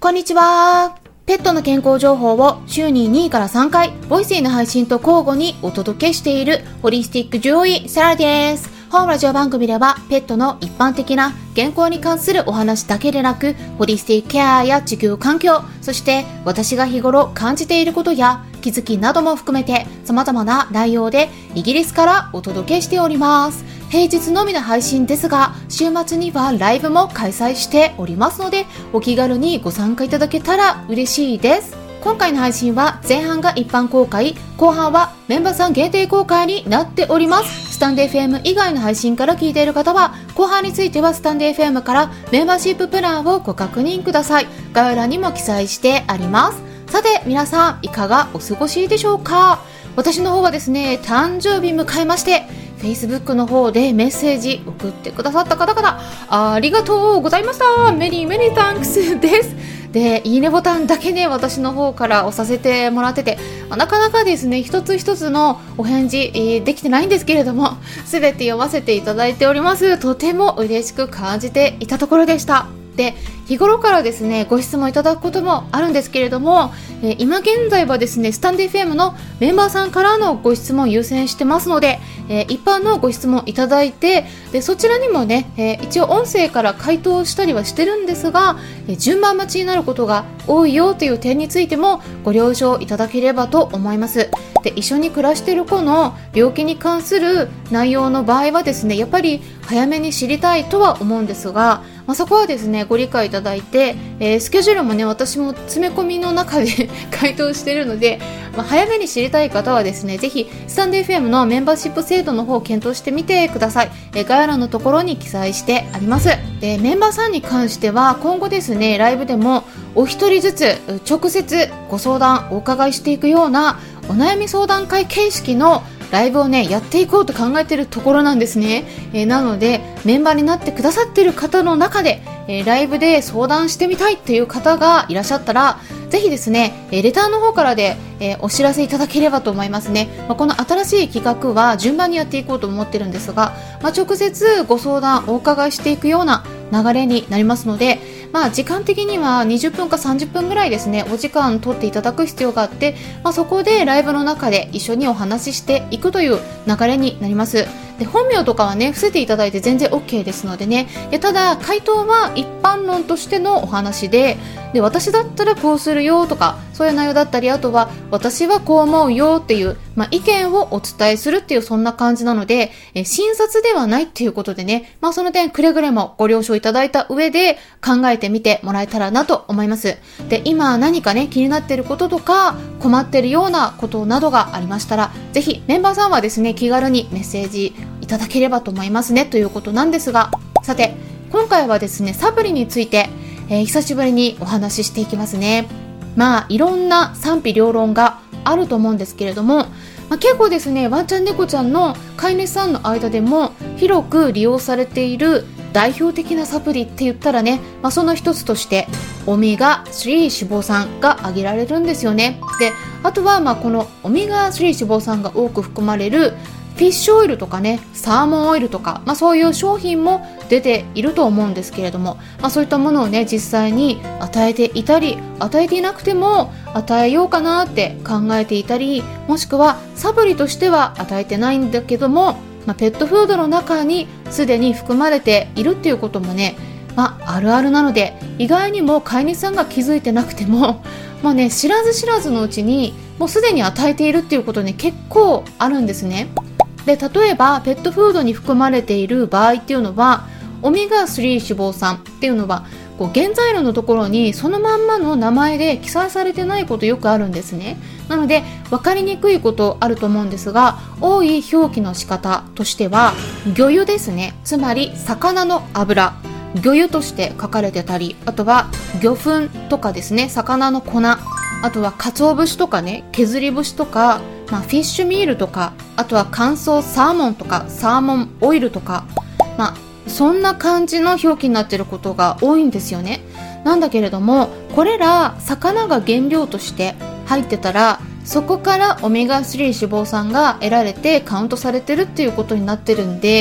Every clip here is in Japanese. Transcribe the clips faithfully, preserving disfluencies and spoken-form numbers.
こんにちは。ペットの健康情報を週ににからさんかい、ボイスへの配信と交互にお届けしているホリスティック獣医サラです。本ラジオ番組ではペットの一般的な健康に関するお話だけでなく、ホリスティックケアや地球環境、そして私が日頃感じていることや気づきなども含めて様々な内容でイギリスからお届けしております。平日のみの配信ですが、週末にはライブも開催しておりますので、お気軽にご参加いただけたら嬉しいです。今回の配信は前半が一般公開、後半はメンバーさん限定公開になっております。スタンド エフエム 以外の配信から聞いている方は、後半についてはスタンド エフエム からメンバーシッププランをご確認ください。概要欄にも記載してあります。さて皆さんいかがお過ごしでしょうか。私の方はですね、誕生日迎えまして、Facebook の方でメッセージ送ってくださった方々ありがとうございました。メリーメリータンクスです。で、いいねボタンだけね、私の方から押させてもらってて、なかなかですね、一つ一つのお返事、えー、できてないんですけれども、すべて読ませていただいております。とても嬉しく感じていたところでした。で、日頃からですね、ご質問いただくこともあるんですけれども、えー、今現在はですね、スタンド エフエム のメンバーさんからのご質問を優先してますので、えー、一般のご質問いただいて、でそちらにもね、えー、一応音声から回答したりはしてるんですが、えー、順番待ちになることが多いよという点についてもご了承いただければと思います。で、一緒に暮らしている子の病気に関する内容の場合はですね、やっぱり早めに知りたいとは思うんですが、まあ、そこはですねご理解いただいて、えー、スケジュールもね私も詰め込みの中で回答しているので、まあ、早めに知りたい方はですねぜひスタンド エフエム のメンバーシップ制度の方を検討してみてください。えー、概要欄のところに記載してあります。で、メンバーさんに関しては今後ですねライブでもお一人ずつ直接ご相談お伺いしていくようなお悩み相談会形式のライブをねやっていこうと考えているところなんですね。えー、なのでメンバーになってくださっている方の中で、えー、ライブで相談してみたいっていう方がいらっしゃったら、ぜひですね、えー、レターの方からで、えー、お知らせいただければと思いますね。まあ、この新しい企画は順番にやっていこうと思ってるんですが、まあ、直接ご相談お伺いしていくような流れになりますので、まあ、時間的にはにじゅっぷんかさんじゅっぷんぐらいですねお時間取っていただく必要があって、まあ、そこでライブの中で一緒にお話ししていくという流れになります。で、本名とかはね伏せていただいて全然 OK ですのでね。で、ただ回答は一般論としてのお話で、で私だったらこうするよとかそういう内容だったり、あとは私はこう思うよっていう、まあ、意見をお伝えするっていうそんな感じなので、え診察ではないっていうことでね、まあ、その点くれぐれもご了承いただいた上で考えてみてもらえたらなと思います。で、今何かね気になっていることとか困っているようなことなどがありましたら、ぜひメンバーさんはですね気軽にメッセージいただければと思いますねということなんですが、さて今回はですねサプリについて、えー、久しぶりにお話ししていきますね。まあいろんな賛否両論があると思うんですけれども、まあ、結構ですねワンちゃん猫ちゃんの飼い主さんの間でも広く利用されている代表的なサプリって言ったらね、まあ、その一つとしてオメガスリー脂肪酸が挙げられるんですよね。で、あとはまあこのオメガスリー脂肪酸が多く含まれるフィッシュオイルとかねサーモンオイルとか、まあ、そういう商品も出ていると思うんですけれども、まあ、そういったものをね実際に与えていたり与えていなくても与えようかなって考えていたり、もしくはサプリとしては与えてないんだけども、まあ、ペットフードの中にすでに含まれているっていうこともね、まあ、あるあるなので、意外にも飼い主さんが気づいてなくてもまあね、知らず知らずのうちにもうすでに与えているっていうことね結構あるんですね。で、例えばペットフードに含まれている場合っていうのはオメガスリー脂肪酸っていうのはこう原材料のところにそのまんまの名前で記載されてないことよくあるんですね。なので分かりにくいことあると思うんですが、多い表記の仕方としては魚油ですね、つまり魚の油、魚油として書かれてたり、あとは魚粉とかですね魚の粉、あとは鰹節とかね削り節とか、まあ、フィッシュミールとか、あとは乾燥サーモンとかサーモンオイルとか、まあ、そんな感じの表記になっていることが多いんですよね。なんだけれどもこれら魚が原料として入ってたら、そこからオメガスリー脂肪酸が得られてカウントされてるっていうことになってるんで、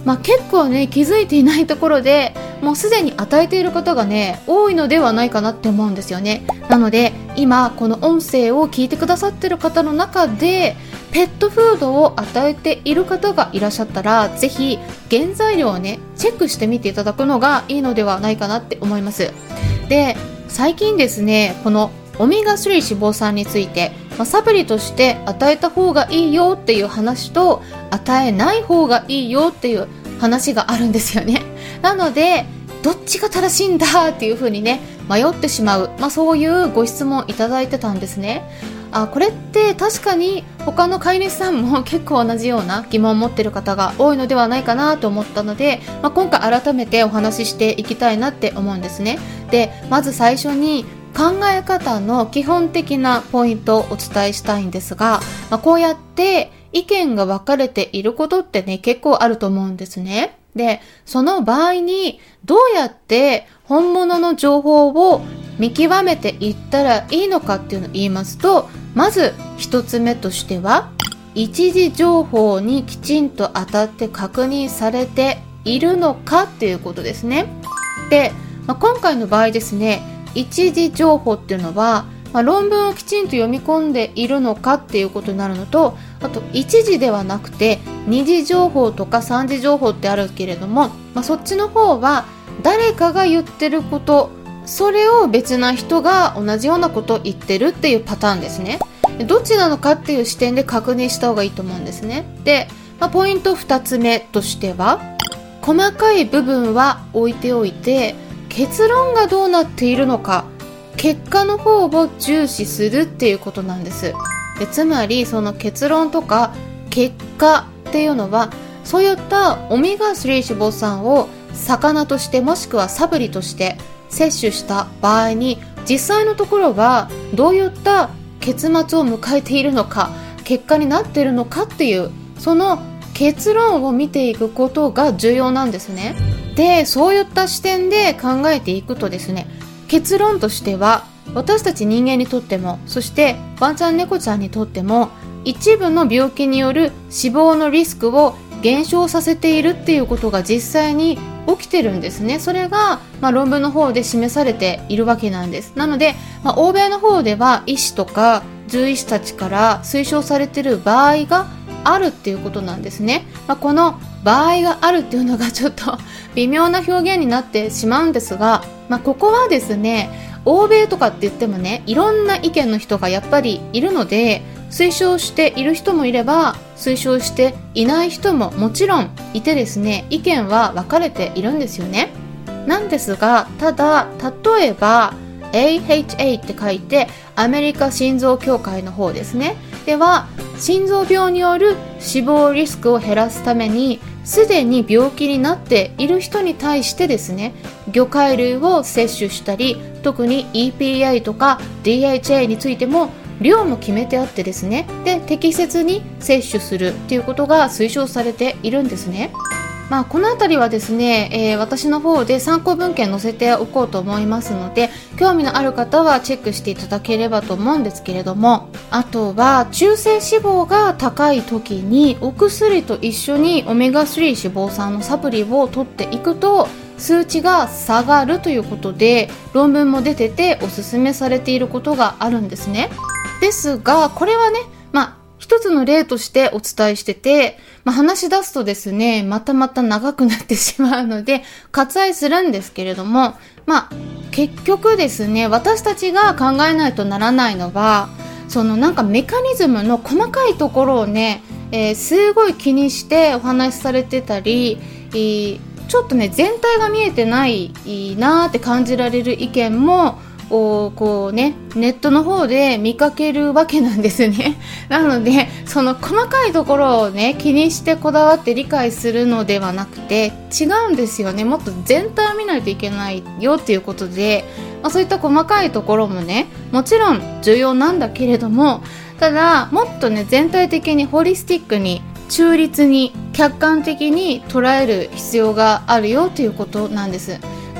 まあ、結構ね気づいていないところでもうすでに与えている方がね多いのではないかなって思うんですよね。なので今この音声を聞いてくださっている方の中でペットフードを与えている方がいらっしゃったら、ぜひ原材料をねチェックしてみていただくのがいいのではないかなって思います。で、最近ですね、このオメガスリー脂肪酸について、まあ、サプリとして与えた方がいいよっていう話と与えない方がいいよっていう話があるんですよね。なのでどっちが正しいんだっていう風にね迷ってしまう、まあ、そういうご質問いただいてたんですね。あ、これって確かに他の飼い主さんも結構同じような疑問を持っている方が多いのではないかなと思ったので、まあ、今回改めてお話ししていきたいなって思うんですね。で、まず最初に考え方の基本的なポイントをお伝えしたいんですが、まあ、こうやって意見が分かれていることってね結構あると思うんですね。で、その場合にどうやって本物の情報を見極めていったらいいのかっていうのを言いますと、まず一つ目としては一時情報にきちんと当たって確認されているのかっていうことですね。で、まあ、今回の場合ですね、一時情報っていうのは、まあ、論文をきちんと読み込んでいるのかっていうことになるのと、あと一時ではなくて二次情報とか三次情報ってあるけれども、まあ、そっちの方は誰かが言ってること、それを別な人が同じようなことを言ってるっていうパターンですね。どっちなのかっていう視点で確認した方がいいと思うんですね。で、まあ、ポイントふたつめとしては、細かい部分は置いておいて結論がどうなっているのか、結果の方を重視するっていうことなんです。で、つまりその結論とか結果っていうのは、そういったオメガスリー脂肪酸を魚としてもしくはサプリとして摂取した場合に、実際のところはどういった結末を迎えているのか、結果になっているのかっていう、その結論を見ていくことが重要なんですね。で、そういった視点で考えていくとですね、結論としては私たち人間にとっても、そしてワンちゃん猫ちゃんにとっても、一部の病気による死亡のリスクを減少させているっていうことが実際に起きてるんですね。それが、まあ、論文の方で示されているわけなんです。なので、まあ、欧米の方では医師とか獣医師たちから推奨されている場合があるっていうことなんですね。まあ、この場合があるっていうのがちょっと微妙な表現になってしまうんですが、まあ、ここはですね、欧米とかって言ってもね、いろんな意見の人がやっぱりいるので、推奨している人もいれば推奨していない人ももちろんいてですね、意見は分かれているんですよね。なんですが、ただ例えば エーエイチエー って書いてアメリカ心臓協会の方ですね、では心臓病による死亡リスクを減らすためにすでに病気になっている人に対してですね、魚介類を摂取したり、特に イーピーエー とか ディーエイチエー についても量も決めてあってですね、で適切に摂取するっていうことが推奨されているんですね。まあ、このあたりはですね、えー、私の方で参考文献載せておこうと思いますので、興味のある方はチェックしていただければと思うんですけれども、あとは中性脂肪が高い時にお薬と一緒にオメガスリー脂肪酸のサプリを取っていくと数値が下がるということで論文も出てておすすめされていることがあるんですね。ですが、これはね、まあ一つの例としてお伝えしてて、まあ、話し出すとですね、またまた長くなってしまうので割愛するんですけれども、まあ結局ですね、私たちが考えないとならないのは、そのなんかメカニズムの細かいところをね、えー、すごい気にしてお話しされてたり、えー、ちょっとね全体が見えてないなーって感じられる意見もこうね、ネットの方で見かけるわけなんですね。なのでその細かいところをね気にしてこだわって理解するのではなくて、違うんですよね。もっと全体を見ないといけないよっていうことで、まあ、そういった細かいところもねもちろん重要なんだけれども、ただもっとね全体的にホリスティックに中立に客観的に捉える必要があるよということなんです。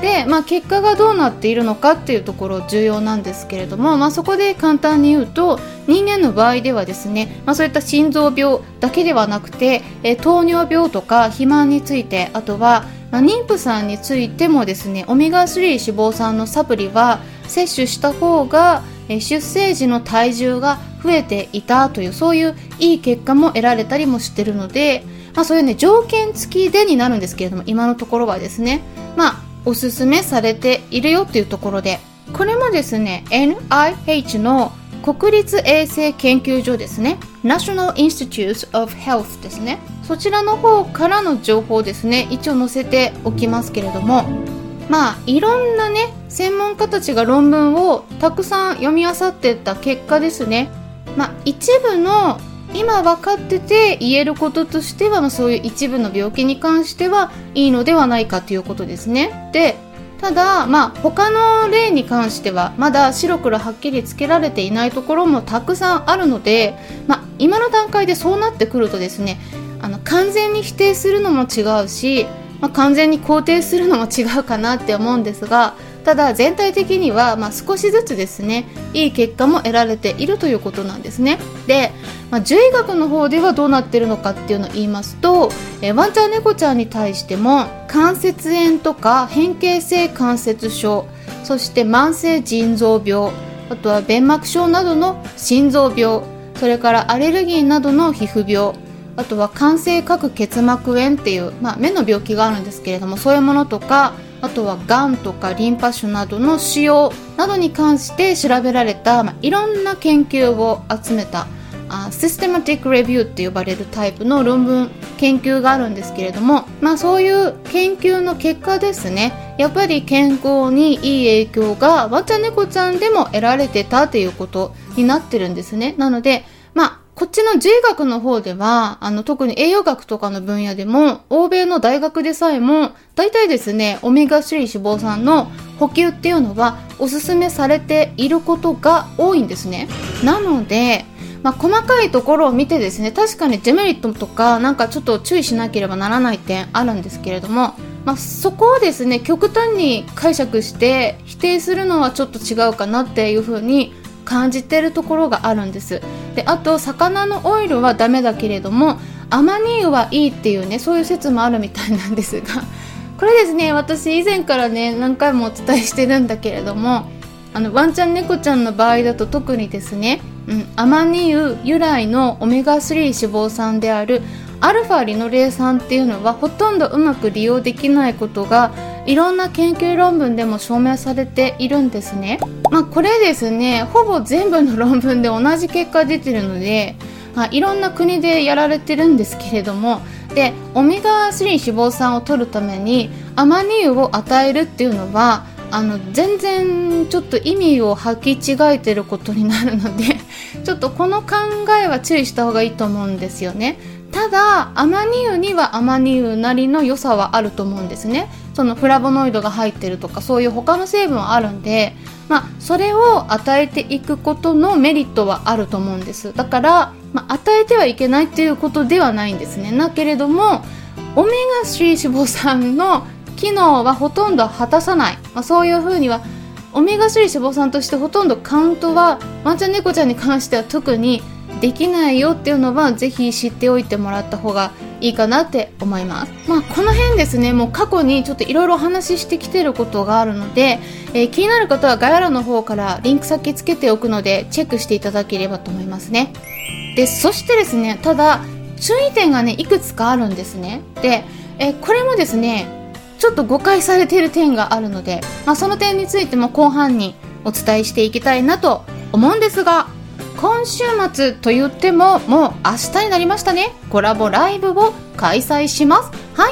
で、まあ、結果がどうなっているのかっていうところ重要なんですけれども、まあ、そこで簡単に言うと、人間の場合ではですね、まあ、そういった心臓病だけではなくて、え糖尿病とか肥満について、あとは、まあ、妊婦さんについてもですね、オメガスリー脂肪酸のサプリは摂取した方がえ出生時の体重が増えていたという、そういういい結果も得られたりもしているので、まあ、そういうね条件付きでになるんですけれども、今のところはですね、まあおすすめされているよっていうところで、これもですね エヌアイエイチ の国立衛生研究所ですね、 National Institutes of Health ですね、そちらの方からの情報ですね、一応載せておきますけれども、まあいろんなね専門家たちが論文をたくさん読み漁っていった結果ですね、まあ一部の今分かってて言えることとしては、まあ、そういう一部の病気に関してはいいのではないかということですね。で、ただ、まあ、他の例に関してはまだ白黒はっきりつけられていないところもたくさんあるので、まあ、今の段階でそうなってくるとですね、あの完全に否定するのも違うし、まあ、完全に肯定するのも違うかなって思うんですが、ただ全体的にはまあ少しずつですね、いい結果も得られているということなんですね。で、まあ、獣医学の方ではどうなっているのかっていうのを言いますと、えワンちゃん猫ちゃんに対しても関節炎とか変形性関節症、そして慢性腎臓病、あとは弁膜症などの心臓病、それからアレルギーなどの皮膚病、あとは肝性角結膜炎っていう、まあ、目の病気があるんですけれども、そういうものとか、あとはがんとかリンパ腫などの腫瘍などに関して調べられた、まあ、いろんな研究を集めたあ Systematic Review って呼ばれるタイプの論文研究があるんですけれども、まあ、そういう研究の結果ですね、やっぱり健康にいい影響がワンちゃん猫ちゃんでも得られてたということになってるんですね。なので、まあこっちの獣医学の方では、あの、特に栄養学とかの分野でも、欧米の大学でさえも、大体ですね、オメガスリー脂肪酸の補給っていうのは、おすすめされていることが多いんですね。なので、まあ、細かいところを見てですね、確かにデメリットとか、なんかちょっと注意しなければならない点あるんですけれども、まあ、そこをですね、極端に解釈して否定するのはちょっと違うかなっていうふうに感じてるところがあるんです。で、あと魚のオイルはダメだけれどもアマニ油はいいっていうね、そういう説もあるみたいなんですが、これですね、私以前からね何回もお伝えしてるんだけれども、あのワンちゃん猫ちゃんの場合だと特にですね、うん、アマニ油由来のオメガスリー脂肪酸であるアルファリノレイ酸っていうのはほとんどうまく利用できないことがいろんな研究論文でも証明されているんですね。まあ、これですね、ほぼ全部の論文で同じ結果出てるので、まあ、いろんな国でやられてるんですけれども、でオメガスリー脂肪酸を取るためにアマニ油を与えるっていうのはあの全然ちょっと意味を履き違えてることになるのでちょっとこの考えは注意した方がいいと思うんですよね。ただアマニ油にはアマニ油なりの良さはあると思うんですね。そのフラボノイドが入ってるとかそういう他の成分はあるんで、まあ、それを与えていくことのメリットはあると思うんです。だから、まあ、与えてはいけないっていうことではないんですね。だけれどもオメガスリー脂肪酸の機能はほとんど果たさない、まあ、そういうふうにはオメガスリー脂肪酸としてほとんどカウントはワンちゃん猫ちゃんに関しては特にできないよっていうのはぜひ知っておいてもらった方がいいかなって思います。まあこの辺ですね、もう過去にちょっといろいろお話ししてきてることがあるので、えー、気になる方は概要欄の方からリンク先つけておくのでチェックしていただければと思いますね。で、そしてですね、ただ注意点がねいくつかあるんですね。で、えー、これもですねちょっと誤解されている点があるので、まあ、その点についても後半にお伝えしていきたいなと思うんですが、今週末と言ってももう明日になりましたね。コラボライブを開催します。はい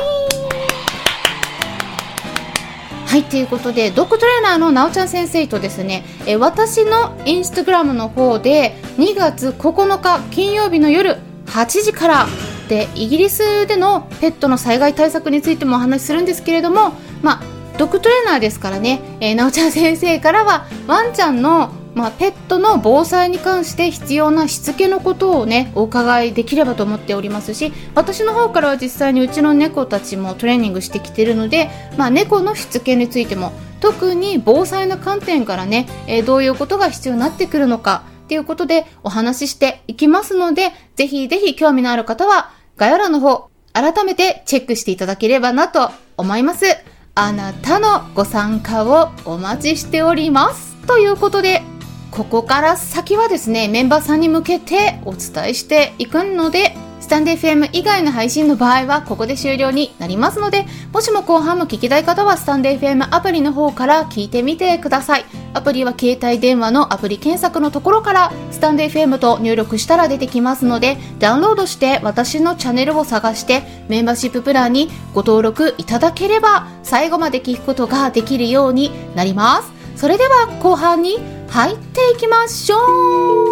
はい、ということでドッグトレーナーのなおちゃん先生とですね、え私のインスタグラムの方でにがつここのか金曜日の夜はちじからでイギリスでのペットの災害対策についてもお話しするんですけれども、まあドッグトレーナーですからね、えー、なおちゃん先生からはワンちゃんのまあ、ペットの防災に関して必要なしつけのことをねお伺いできればと思っておりますし、私の方からは実際にうちの猫たちもトレーニングしてきているので、まあ、猫のしつけについても特に防災の観点からね、えー、どういうことが必要になってくるのかということでお話ししていきますので、ぜひぜひ興味のある方は概要欄の方改めてチェックしていただければなと思います。あなたのご参加をお待ちしておりますということで、ここから先はですねメンバーさんに向けてお伝えしていくので、スタンド エフエム 以外の配信の場合はここで終了になりますので、もしも後半も聞きたい方はスタンド エフエム アプリの方から聞いてみてください。アプリは携帯電話のアプリ検索のところからスタンド エフエム と入力したら出てきますので、ダウンロードして私のチャンネルを探してメンバーシッププランにご登録いただければ最後まで聞くことができるようになります。それでは後半に入っていきましょう。